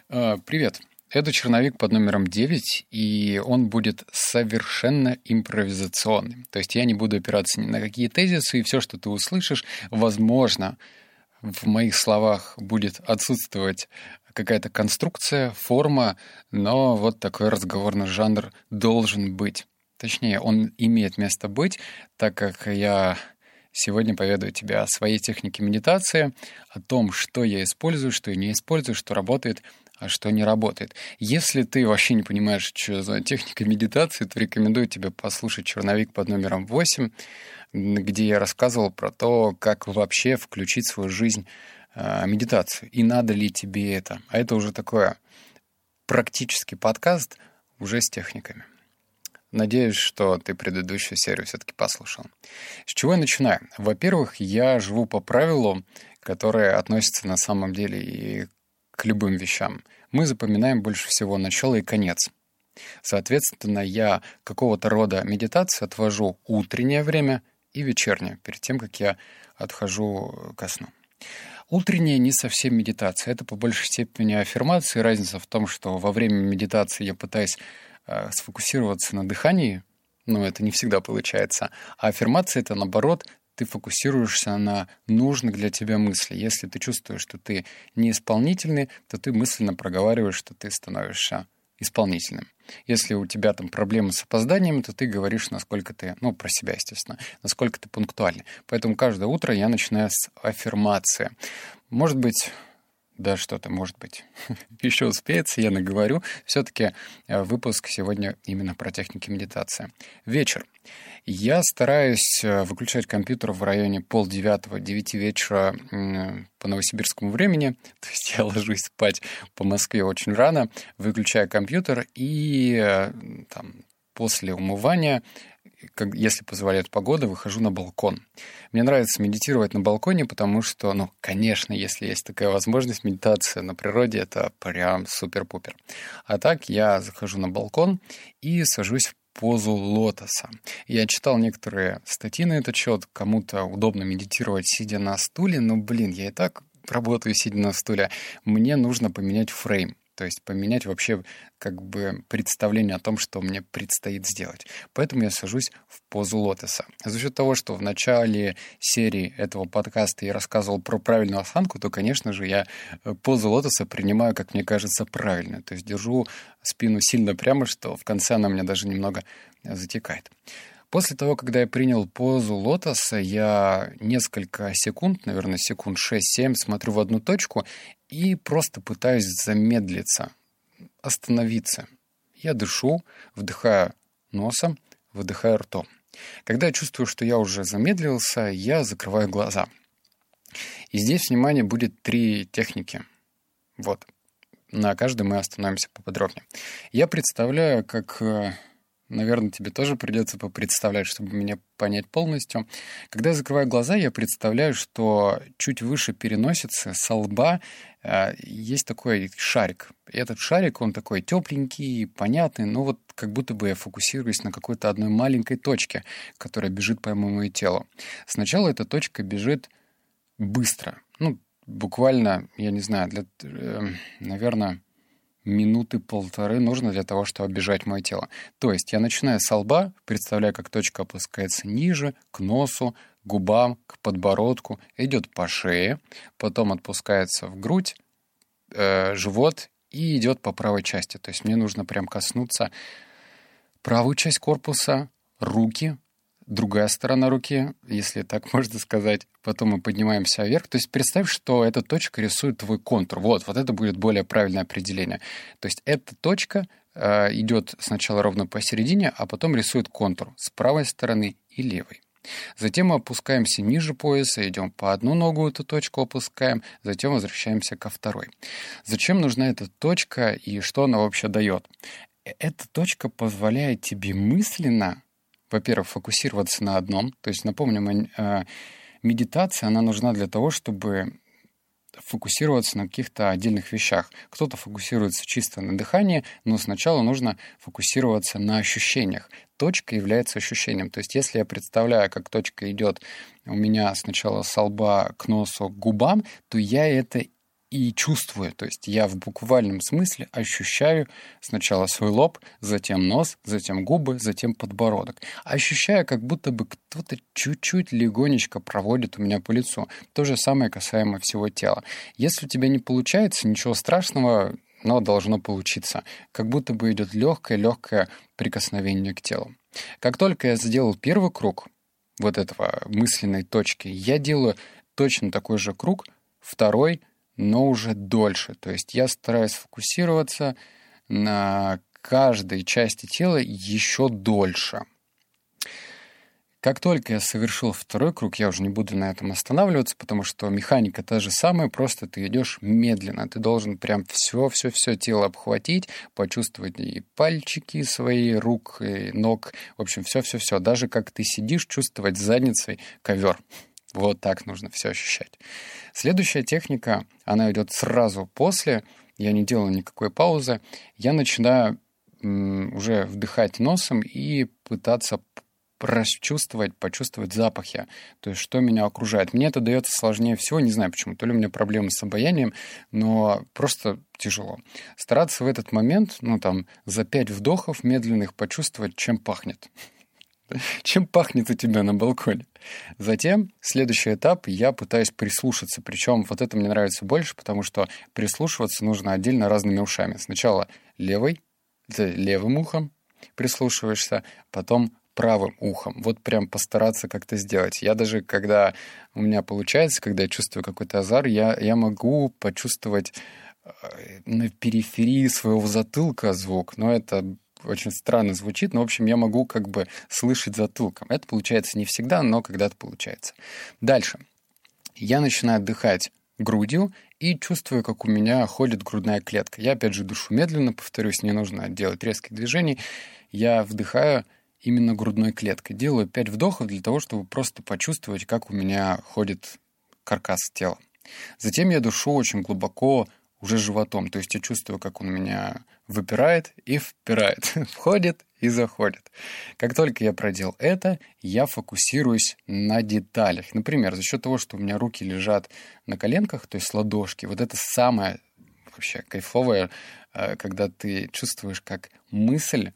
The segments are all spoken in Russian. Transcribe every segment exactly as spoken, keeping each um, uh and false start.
А, Привет. Это черновик под номером девять, и он будет совершенно импровизационным. То есть я не буду опираться ни на какие тезисы, и все, что ты услышишь, возможно, в моих словах будет отсутствовать какая-то конструкция, форма, но вот такой разговорный жанр должен быть. Точнее, он имеет место быть, так как я сегодня поведаю тебе о своей технике медитации, о том, что я использую, что я не использую, что работает, а что не работает. Если ты вообще не понимаешь, что за техника медитации, то рекомендую тебе послушать черновик под номером восемь, где я рассказывал про то, как вообще включить в свою жизнь э, медитацию. И надо ли тебе это. А это уже такое практический подкаст уже с техниками. Надеюсь, что ты предыдущую серию все-таки послушал. С чего я начинаю? Во-первых, я живу по правилу, которое относится на самом деле и к любым вещам. Мы запоминаем больше всего начало и конец. Соответственно, я какого-то рода медитации отвожу утреннее время и вечернее, перед тем, как я отхожу ко сну. Утренняя не совсем медитация. Это по большей степени аффирмации. Разница в том, что во время медитации я пытаюсь э, сфокусироваться на дыхании, но это не всегда получается. А аффирмация — это, наоборот, ты фокусируешься на нужных для тебя мыслях. Если ты чувствуешь, что ты неисполнительный, то ты мысленно проговариваешь, что ты становишься исполнительным. Если у тебя там проблемы с опозданиями, то ты говоришь, насколько ты, ну, про себя, естественно, насколько ты пунктуальный. Поэтому каждое утро я начинаю с аффирмации. Может быть, да что-то, может быть, еще успеется, я наговорю. Все-таки выпуск сегодня именно про техники медитации. Вечер. Я стараюсь выключать компьютер в районе полдевятого, девяти вечера по новосибирскому времени. То есть я ложусь спать по Москве очень рано, выключаю компьютер и там, после умывания, как, если позволяет погода, выхожу на балкон. Мне нравится медитировать на балконе, потому что, ну, конечно, если есть такая возможность, медитация на природе — это прям супер-пупер. А так я захожу на балкон и сажусь в позу лотоса. Я читал некоторые статьи на этот счет. Кому-то удобно медитировать, сидя на стуле, но, блин, я и так работаю, сидя на стуле. Мне нужно поменять фрейм. То есть поменять вообще как бы представление о том, что мне предстоит сделать. Поэтому я сажусь в позу лотоса. За счет того, что в начале серии этого подкаста я рассказывал про правильную осанку, то, конечно же, я позу лотоса принимаю, как мне кажется, правильно. То есть держу спину сильно прямо, что в конце она меня даже немного затекает. После того, когда я принял позу лотоса, я несколько секунд, наверное, секунд шесть-семь, смотрю в одну точку и просто пытаюсь замедлиться, остановиться. Я дышу, вдыхаю носом, выдыхаю ртом. Когда я чувствую, что я уже замедлился, я закрываю глаза. И здесь, внимание, будет три техники. Вот. На каждой мы остановимся поподробнее. Я представляю, как... Наверное, тебе тоже придется попредставлять, чтобы меня понять полностью. Когда я закрываю глаза, я представляю, что чуть выше переносицы, со лба, э, есть такой шарик. И этот шарик, он такой тепленький, понятный, но вот как будто бы я фокусируюсь на какой-то одной маленькой точке, которая бежит по моему телу. Сначала эта точка бежит быстро. Ну, буквально, я не знаю, для, э, наверное... минуты полторы нужно для того, чтобы оббежать мое тело. То есть я начинаю со лба, представляю, как точка опускается ниже, к носу, к губам, к подбородку, идет по шее, потом отпускается в грудь, э, живот и идет по правой части. То есть мне нужно прям коснуться правую часть корпуса, руки, другая сторона руки, если так можно сказать. Потом мы поднимаемся вверх. То есть представь, что эта точка рисует твой контур. Вот, вот это будет более правильное определение. То есть эта точка э, идет сначала ровно посередине, а потом рисует контур с правой стороны и левой. Затем мы опускаемся ниже пояса, идем по одну ногу эту точку опускаем, затем возвращаемся ко второй. Зачем нужна эта точка и что она вообще дает? Эта точка позволяет тебе мысленно, во-первых, фокусироваться на одном. То есть, напомним, медитация, она нужна для того, чтобы фокусироваться на каких-то отдельных вещах. Кто-то фокусируется чисто на дыхании, но сначала нужно фокусироваться на ощущениях. Точка является ощущением. То есть, если я представляю, как точка идет у меня сначала со лба к носу, к губам, то я это и чувствую. То есть я в буквальном смысле ощущаю сначала свой лоб, затем нос, затем губы, затем подбородок. Ощущаю, как будто бы кто-то чуть-чуть легонечко проводит у меня по лицу. То же самое касаемо всего тела. Если у тебя не получается, ничего страшного, но должно получиться. Как будто бы идет легкое-легкое прикосновение к телу. Как только я сделал первый круг вот этого мысленной точки, я делаю точно такой же круг, второй, но уже дольше. То есть я стараюсь фокусироваться на каждой части тела еще дольше. Как только я совершил второй круг, я уже не буду на этом останавливаться, потому что механика та же самая, просто ты идешь медленно. Ты должен прям все-все-все тело обхватить, почувствовать и пальчики свои, рук, и ног. В общем, все-все-все. Даже как ты сидишь, чувствовать задницей ковер. Вот так нужно все ощущать. Следующая техника, она идет сразу после. Я не делаю никакой паузы. Я начинаю м, уже вдыхать носом и пытаться прочувствовать, почувствовать запахи. То есть, что меня окружает. Мне это дается сложнее всего, не знаю почему. То ли у меня проблемы с обонянием, но просто тяжело. Стараться в этот момент, ну там, за пять вдохов медленных почувствовать, чем пахнет. Чем пахнет у тебя на балконе. Затем, следующий этап, я пытаюсь прислушаться. Причем вот это мне нравится больше, потому что прислушиваться нужно отдельно разными ушами. Сначала левой, левым ухом прислушиваешься, потом правым ухом. Вот прям постараться как-то сделать. Я даже, когда у меня получается, когда я чувствую какой-то азар, я, я могу почувствовать на периферии своего затылка звук. Но это очень странно звучит, но, в общем, я могу как бы слышать затылком. Это получается не всегда, но когда-то получается. Дальше. Я начинаю отдыхать грудью и чувствую, как у меня ходит грудная клетка. Я, опять же, дышу медленно, повторюсь, не нужно делать резких движений. Я вдыхаю именно грудной клеткой. Делаю пять вдохов для того, чтобы просто почувствовать, как у меня ходит каркас тела. Затем я дышу очень глубоко, уже животом. То есть я чувствую, как он у меня выпирает и впирает. Входит и заходит. Как только я проделал это, я фокусируюсь на деталях. Например, за счет того, что у меня руки лежат на коленках, то есть ладошки, вот это самое вообще кайфовое, когда ты чувствуешь, как мысль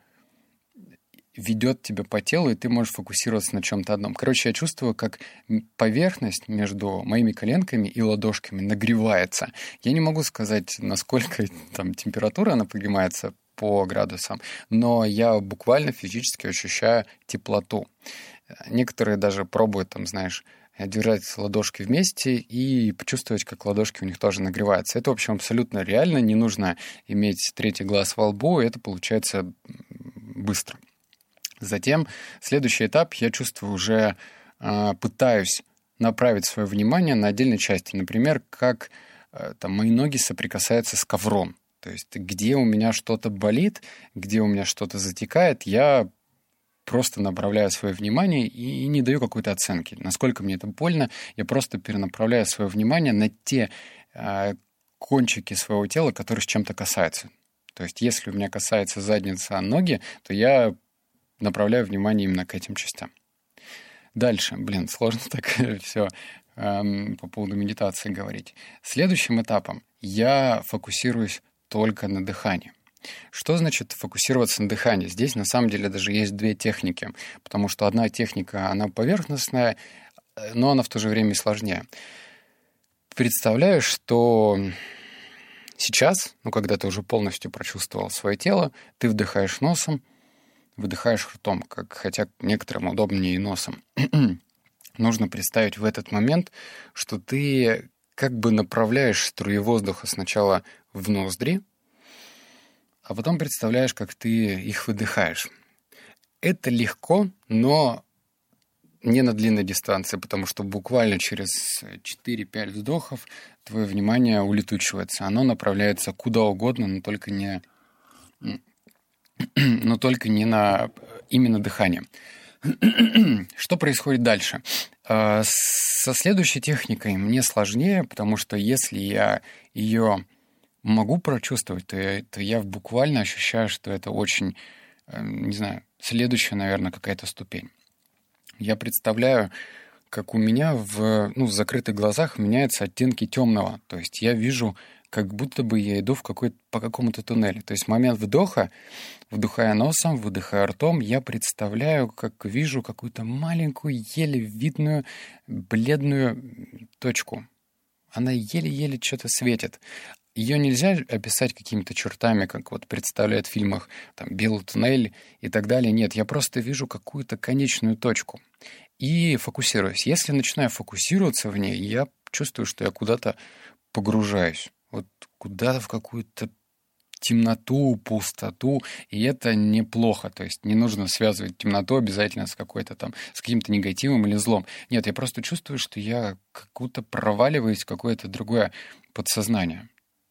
ведет тебя по телу, и ты можешь фокусироваться на чем-то одном. Короче, я чувствую, как поверхность между моими коленками и ладошками нагревается. Я не могу сказать, насколько там температура она поднимается по градусам, но я буквально физически ощущаю теплоту. Некоторые даже пробуют, там, знаешь, держать ладошки вместе и почувствовать, как ладошки у них тоже нагреваются. Это, в общем, абсолютно реально. Не нужно иметь третий глаз во лбу, это получается быстро. Затем следующий этап, я чувствую, уже э, пытаюсь направить свое внимание на отдельные части. Например, как э, там, мои ноги соприкасаются с ковром. То есть где у меня что-то болит, где у меня что-то затекает, я просто направляю свое внимание и не даю какой-то оценки. Насколько мне это больно, я просто перенаправляю свое внимание на те э, кончики своего тела, которые с чем-то касаются. То есть если у меня касается задница ноги, то я направляю внимание именно к этим частям. Дальше. Блин, сложно так все эм, по поводу медитации говорить. Следующим этапом я фокусируюсь только на дыхании. Что значит фокусироваться на дыхании? Здесь на самом деле даже есть две техники, потому что одна техника, она поверхностная, но она в то же время и сложнее. Представляю, что сейчас, ну, когда ты уже полностью прочувствовал свое тело, ты вдыхаешь носом, выдыхаешь ртом, как, хотя некоторым удобнее и носом. Нужно представить в этот момент, что ты как бы направляешь струи воздуха сначала в ноздри, а потом представляешь, как ты их выдыхаешь. Это легко, но не на длинной дистанции, потому что буквально через четыре-пять вдохов твое внимание улетучивается. Оно направляется куда угодно, но только не... но только не на именно дыхание. Что происходит дальше? Со следующей техникой мне сложнее, потому что если я ее могу прочувствовать, то я, то я буквально ощущаю, что это очень, не знаю, следующая, наверное, какая-то ступень. Я представляю, как у меня в, ну, в закрытых глазах меняются оттенки темного. То есть я вижу, как будто бы я иду в какой по какому-то туннелю. То есть в момент вдоха, вдыхая носом, выдыхая ртом, я представляю, как вижу какую-то маленькую, еле видную, бледную точку. Она еле-еле что-то светит. Ее нельзя описать какими-то чертами, как вот представляют в фильмах, там, белый туннель и так далее. Нет, я просто вижу какую-то конечную точку и фокусируюсь. Если начинаю фокусироваться в ней, я чувствую, что я куда-то погружаюсь. Вот куда-то в какую-то темноту, пустоту, и это неплохо. То есть не нужно связывать темноту обязательно с какой-то там, с каким-то негативом или злом. Нет, я просто чувствую, что я как будто проваливаюсь в какое-то другое подсознание.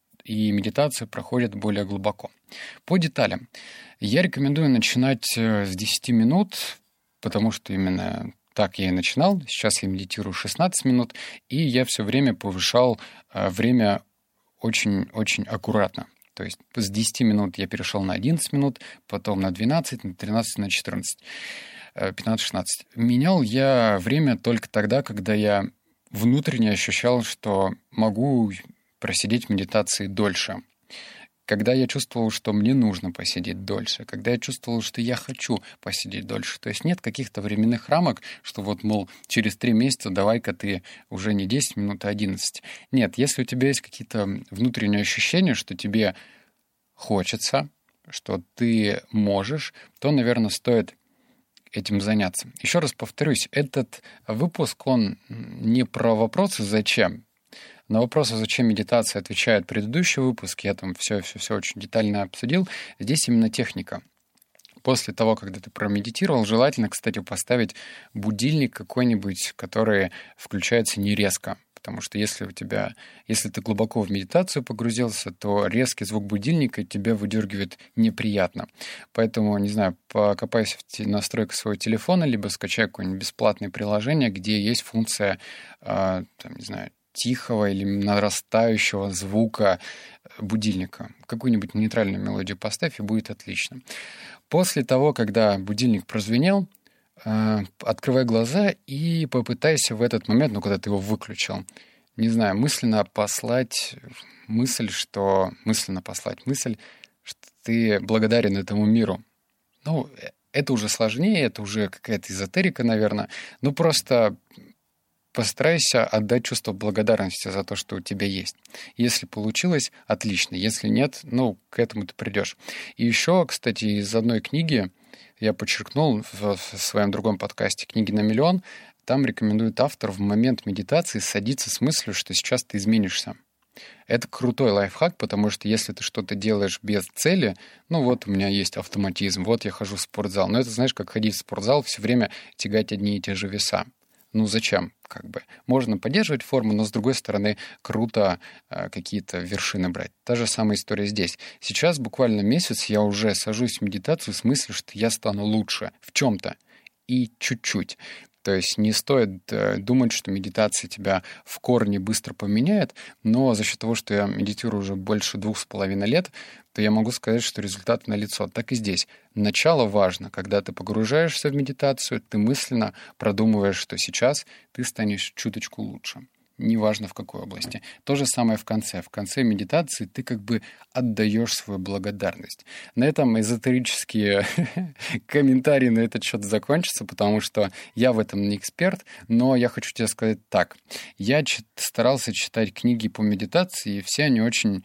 И медитация проходит более глубоко. По деталям. Я рекомендую начинать с десяти минут, потому что именно так я и начинал. Сейчас я медитирую шестнадцать минут, и я все время повышал время очень-очень аккуратно. То есть с десяти минут я перешел на одиннадцать минут, потом на двенадцать, на тринадцать, на четырнадцать, пятнадцать-шестнадцать. Менял я время только тогда, когда я внутренне ощущал, что могу просидеть в медитации дольше. Когда я чувствовал, что мне нужно посидеть дольше, когда я чувствовал, что я хочу посидеть дольше. То есть нет каких-то временных рамок, что вот, мол, через три месяца давай-ка ты уже не десять минут, а одиннадцать. Нет, если у тебя есть какие-то внутренние ощущения, что тебе хочется, что ты можешь, то, наверное, стоит этим заняться. Еще раз повторюсь, этот выпуск, он не про вопросы «зачем?». На вопросы, зачем медитация, отвечает предыдущий выпуск. Я там все-все-все очень детально обсудил. Здесь именно техника. После того, когда ты промедитировал, желательно, кстати, поставить будильник какой-нибудь, который включается не резко. Потому что если у тебя, если ты глубоко в медитацию погрузился, то резкий звук будильника тебя выдергивает неприятно. Поэтому, не знаю, покопайся в настройках своего телефона, либо скачай какое-нибудь бесплатное приложение, где есть функция, там, не знаю, тихого или нарастающего звука будильника. Какую-нибудь нейтральную мелодию поставь, и будет отлично. После того, когда будильник прозвенел, открывай глаза и попытайся в этот момент, ну, когда ты его выключил, не знаю, мысленно послать мысль, что... Мысленно послать мысль, что ты благодарен этому миру. Ну, это уже сложнее, это уже какая-то эзотерика, наверное. Ну, просто... Постарайся отдать чувство благодарности за то, что у тебя есть. Если получилось, отлично. Если нет, ну, к этому ты придешь. И еще, кстати, из одной книги я подчеркнул в своем другом подкасте «Книги на миллион», там рекомендует автор в момент медитации садиться с мыслью, что сейчас ты изменишься. Это крутой лайфхак, потому что если ты что-то делаешь без цели, ну вот у меня есть автоматизм, вот я хожу в спортзал. Но это, знаешь, как ходить в спортзал, все время тягать одни и те же веса. Ну зачем? Как бы можно поддерживать форму, но с другой стороны круто э, какие-то вершины брать. Та же самая история здесь. Сейчас буквально месяц я уже сажусь в медитацию с мыслью, что я стану лучше в чем-то и чуть-чуть. То есть не стоит э, думать, что медитация тебя в корне быстро поменяет, но за счет того, что я медитирую уже больше двух с половиной лет, то я могу сказать, что результат налицо. Так и здесь. Начало важно. Когда ты погружаешься в медитацию, ты мысленно продумываешь, что сейчас ты станешь чуточку лучше. Неважно в какой области. То же самое в конце. В конце медитации ты как бы отдаешь свою благодарность. На этом эзотерические комментарии на этот счет закончатся, потому что я в этом не эксперт, но я хочу тебе сказать так. Я старался читать книги по медитации, и все они очень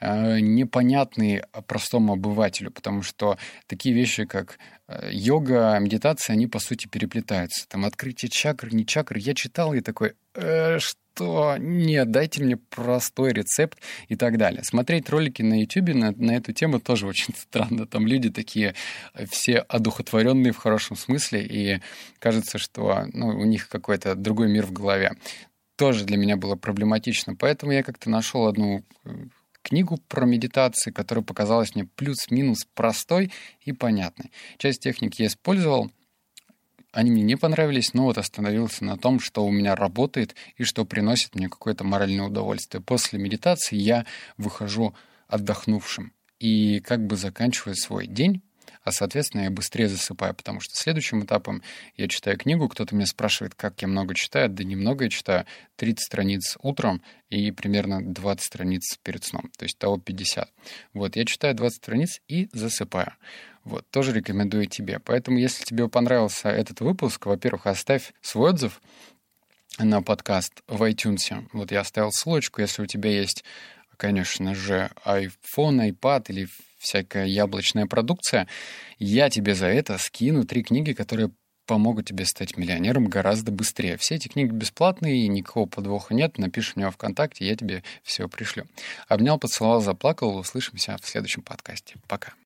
непонятные простому обывателю, потому что такие вещи, как йога, медитация, они, по сути, переплетаются. Там открытие чакр, не чакр. Я читал и такой, э, что? Нет, дайте мне простой рецепт и так далее. Смотреть ролики на YouTube на, на эту тему тоже очень странно. Там люди такие все одухотворенные в хорошем смысле, и кажется, что ну, у них какой-то другой мир в голове. Тоже для меня было проблематично. Поэтому я как-то нашел одну книгу про медитации, которая показалась мне плюс-минус простой и понятной. Часть техник я использовал, они мне не понравились, но вот остановился на том, что у меня работает и что приносит мне какое-то моральное удовольствие. После медитации я выхожу отдохнувшим и как бы заканчиваю свой день а, соответственно, я быстрее засыпаю, потому что следующим этапом я читаю книгу, кто-то меня спрашивает, как я много читаю, да немного я читаю, тридцать страниц утром и примерно двадцать страниц перед сном, то есть того пятьдесят. Вот, я читаю двадцать страниц и засыпаю. Вот, тоже рекомендую тебе. Поэтому, если тебе понравился этот выпуск, во-первых, оставь свой отзыв на подкаст в iTunes. Вот я оставил ссылочку, если у тебя есть, конечно же, iPhone, iPad или всякая яблочная продукция, я тебе за это скину три книги, которые помогут тебе стать миллионером гораздо быстрее. Все эти книги бесплатные, никакого подвоха нет. Напиши мне ВКонтакте, я тебе все пришлю. Обнял, поцеловал, заплакал. Услышимся в следующем подкасте. Пока.